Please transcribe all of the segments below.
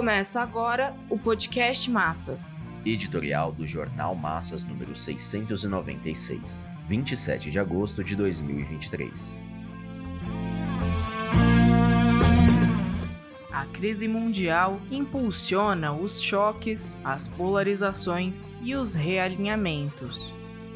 Começa agora o podcast Massas. Editorial do Jornal Massas número 696, 27 de agosto de 2023. A crise mundial impulsiona os choques, as polarizações e os realinhamentos.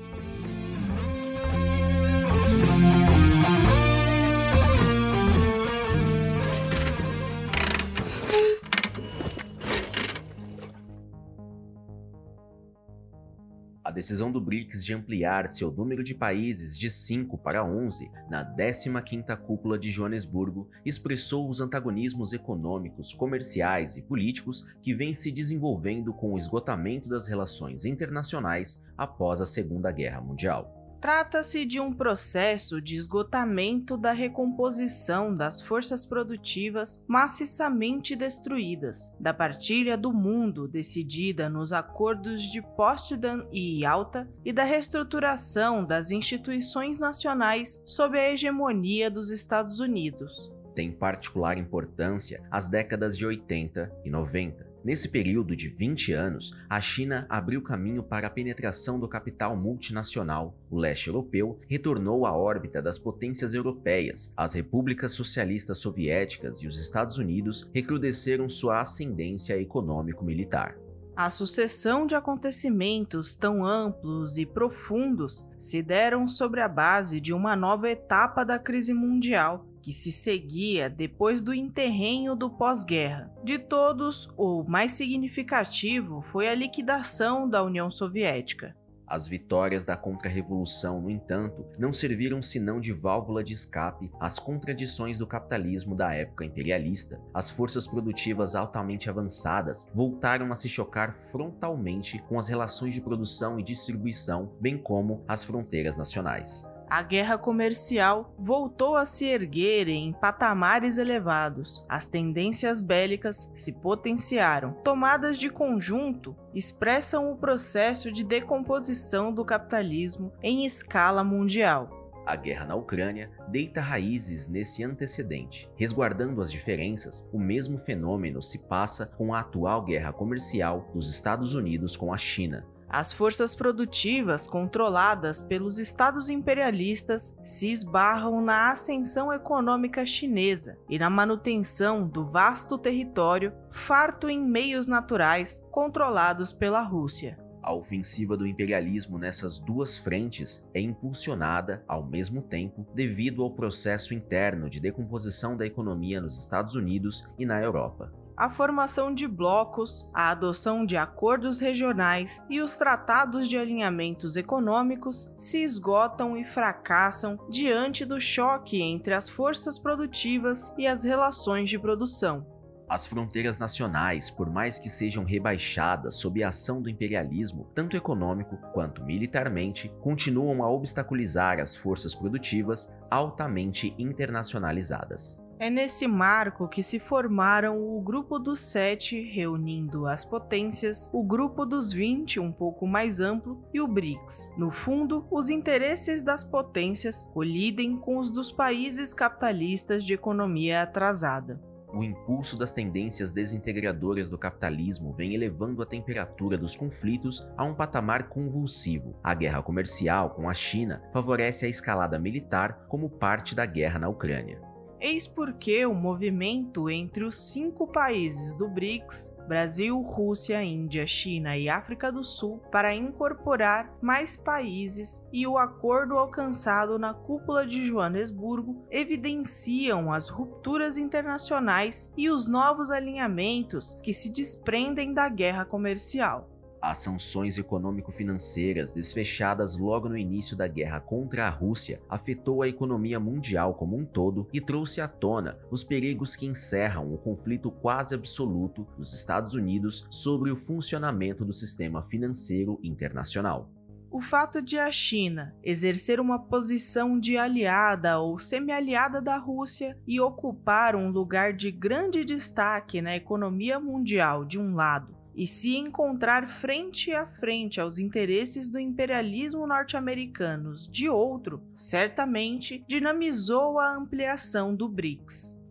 A decisão do BRICS de ampliar seu número de países de 5 para 11 na 15ª Cúpula de Joanesburgo expressou os antagonismos econômicos, comerciais e políticos que vêm se desenvolvendo com o esgotamento das relações internacionais após a Segunda Guerra Mundial. Trata-se de um processo de esgotamento da recomposição das forças produtivas maciçamente destruídas, da partilha do mundo decidida nos acordos de Potsdam e Yalta e da reestruturação das instituições nacionais sob a hegemonia dos Estados Unidos. Tem particular importância as décadas de 80 e 90. Nesse período de 20 anos, a China abriu caminho para a penetração do capital multinacional. O leste europeu retornou à órbita das potências europeias. As repúblicas socialistas soviéticas e os Estados Unidos recrudesceram sua ascendência econômico-militar. A sucessão de acontecimentos tão amplos e profundos se deram sobre a base de uma nova etapa da crise mundial, que se seguia depois do interregno do pós-guerra. De todos, o mais significativo foi a liquidação da União Soviética. As vitórias da contra-revolução, no entanto, não serviram senão de válvula de escape às contradições do capitalismo da época imperialista. As forças produtivas altamente avançadas voltaram a se chocar frontalmente com as relações de produção e distribuição, bem como as fronteiras nacionais. A guerra comercial voltou a se erguer em patamares elevados. As tendências bélicas se potenciaram. Tomadas de conjunto, expressam o processo de decomposição do capitalismo em escala mundial. A guerra na Ucrânia deita raízes nesse antecedente. Resguardando as diferenças, o mesmo fenômeno se passa com a atual guerra comercial dos Estados Unidos com a China. As forças produtivas controladas pelos estados imperialistas se esbarram na ascensão econômica chinesa e na manutenção do vasto território farto em meios naturais controlados pela Rússia. A ofensiva do imperialismo nessas duas frentes é impulsionada, ao mesmo tempo, devido ao processo interno de decomposição da economia nos Estados Unidos e na Europa. A formação de blocos, a adoção de acordos regionais e os tratados de alinhamentos econômicos se esgotam e fracassam diante do choque entre as forças produtivas e as relações de produção. As fronteiras nacionais, por mais que sejam rebaixadas sob a ação do imperialismo, tanto econômico quanto militarmente, continuam a obstaculizar as forças produtivas altamente internacionalizadas. É nesse marco que se formaram o Grupo dos 7, reunindo as potências, o Grupo dos 20, um pouco mais amplo, e o BRICS. No fundo, os interesses das potências colidem com os dos países capitalistas de economia atrasada. O impulso das tendências desintegradoras do capitalismo vem elevando a temperatura dos conflitos a um patamar convulsivo. A guerra comercial com a China favorece a escalada militar como parte da guerra na Ucrânia. Eis porque o movimento entre os 5 países do BRICS, Brasil, Rússia, Índia, China e África do Sul, para incorporar mais países e o acordo alcançado na Cúpula de Joanesburgo evidenciam as rupturas internacionais e os novos alinhamentos que se desprendem da guerra comercial. As sanções econômico-financeiras desfechadas logo no início da guerra contra a Rússia afetou a economia mundial como um todo e trouxe à tona os perigos que encerram o conflito quase absoluto dos Estados Unidos sobre o funcionamento do sistema financeiro internacional. O fato de a China exercer uma posição de aliada ou semi-aliada da Rússia e ocupar um lugar de grande destaque na economia mundial de um lado, e se encontrar frente a frente aos interesses do imperialismo norte-americanos de outro, certamente dinamizou a ampliação do BRICS.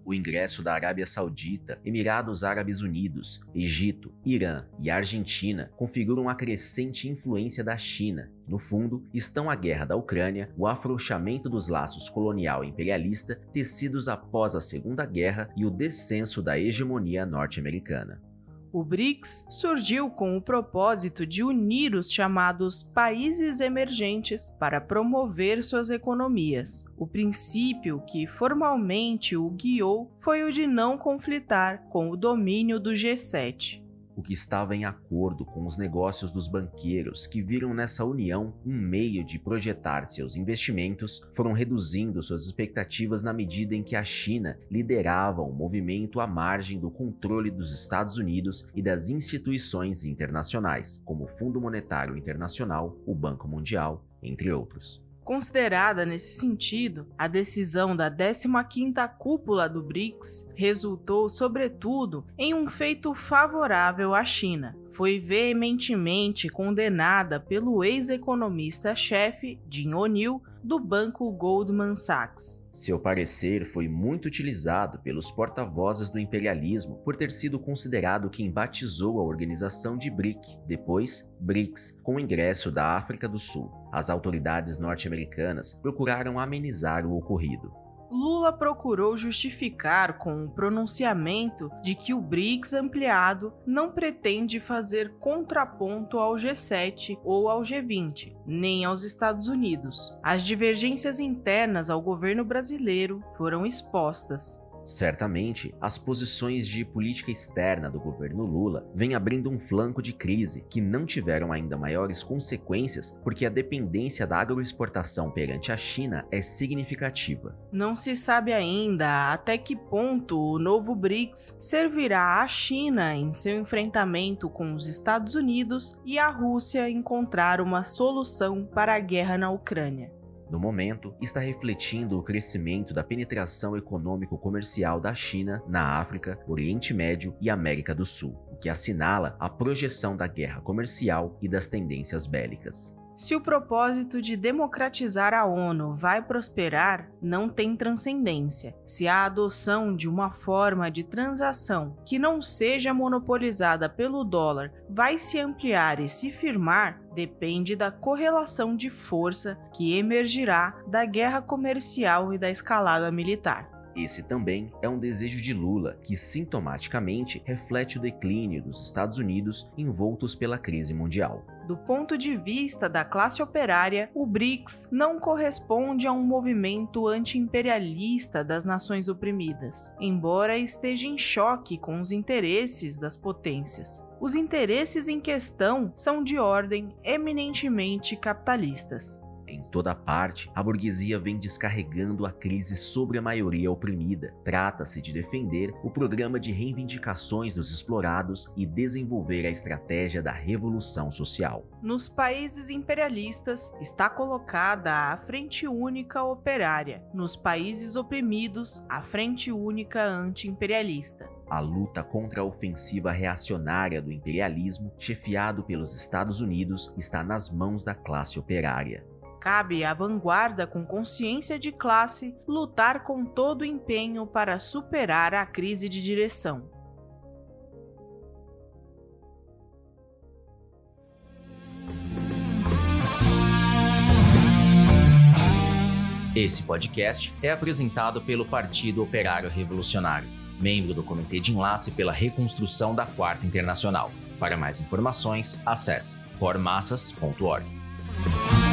o ingresso da Arábia Saudita, Emirados Árabes Unidos, Egito, Irã e Argentina configuram a crescente influência da China. No fundo, estão a guerra da Ucrânia, o afrouxamento dos laços colonial e imperialista tecidos após a Segunda Guerra e o descenso da hegemonia norte-americana. O BRICS surgiu com o propósito de unir os chamados países emergentes para promover suas economias. O princípio que formalmente o guiou foi o de não conflitar com o domínio do G7. O que estava em acordo com os negócios dos banqueiros que viram nessa união um meio de projetar seus investimentos, foram reduzindo suas expectativas na medida em que a China liderava um movimento à margem do controle dos Estados Unidos e das instituições internacionais, como o Fundo Monetário Internacional, o Banco Mundial, entre outros. Considerada nesse sentido, a decisão da 15ª cúpula do BRICS resultou, sobretudo, em um feito favorável à China. Foi veementemente condenada pelo ex-economista-chefe Jim O'Neill do banco Goldman Sachs. Seu parecer foi muito utilizado pelos porta-vozes do imperialismo por ter sido considerado quem batizou a organização de BRIC, depois BRICS, com o ingresso da África do Sul. As autoridades norte-americanas procuraram amenizar o ocorrido. Lula procurou justificar com o pronunciamento de que o BRICS ampliado não pretende fazer contraponto ao G7 ou ao G20, nem aos Estados Unidos. As divergências internas ao governo brasileiro foram expostas. Certamente, as posições de política externa do governo Lula vêm abrindo um flanco de crise que não tiveram ainda maiores consequências porque a dependência da agroexportação perante a China é significativa. Não se sabe ainda até que ponto o novo BRICS servirá à China em seu enfrentamento com os Estados Unidos e a Rússia encontrar uma solução para a guerra na Ucrânia. No momento, está refletindo o crescimento da penetração econômico-comercial da China na África, Oriente Médio e América do Sul, o que assinala a projeção da guerra comercial e das tendências bélicas. Se o propósito de democratizar a ONU vai prosperar, não tem transcendência. Se a adoção de uma forma de transação que não seja monopolizada pelo dólar vai se ampliar e se firmar, depende da correlação de força que emergirá da guerra comercial e da escalada militar. Esse também é um desejo de Lula, que sintomaticamente reflete o declínio dos Estados Unidos envoltos pela crise mundial. Do ponto de vista da classe operária, o BRICS não corresponde a um movimento anti-imperialista das nações oprimidas, embora esteja em choque com os interesses das potências. Os interesses em questão são de ordem eminentemente capitalistas. Em toda parte, a burguesia vem descarregando a crise sobre a maioria oprimida. Trata-se de defender o programa de reivindicações dos explorados e desenvolver a estratégia da revolução social. Nos países imperialistas, está colocada a Frente Única Operária. Nos países oprimidos, a Frente Única Anti-Imperialista. A luta contra a ofensiva reacionária do imperialismo, chefiado pelos Estados Unidos, está nas mãos da classe operária. Cabe à vanguarda com consciência de classe lutar com todo o empenho para superar a crise de direção. Esse podcast é apresentado pelo Partido Operário Revolucionário, membro do Comitê de Enlace pela Reconstrução da Quarta Internacional. Para mais informações, acesse formassas.org.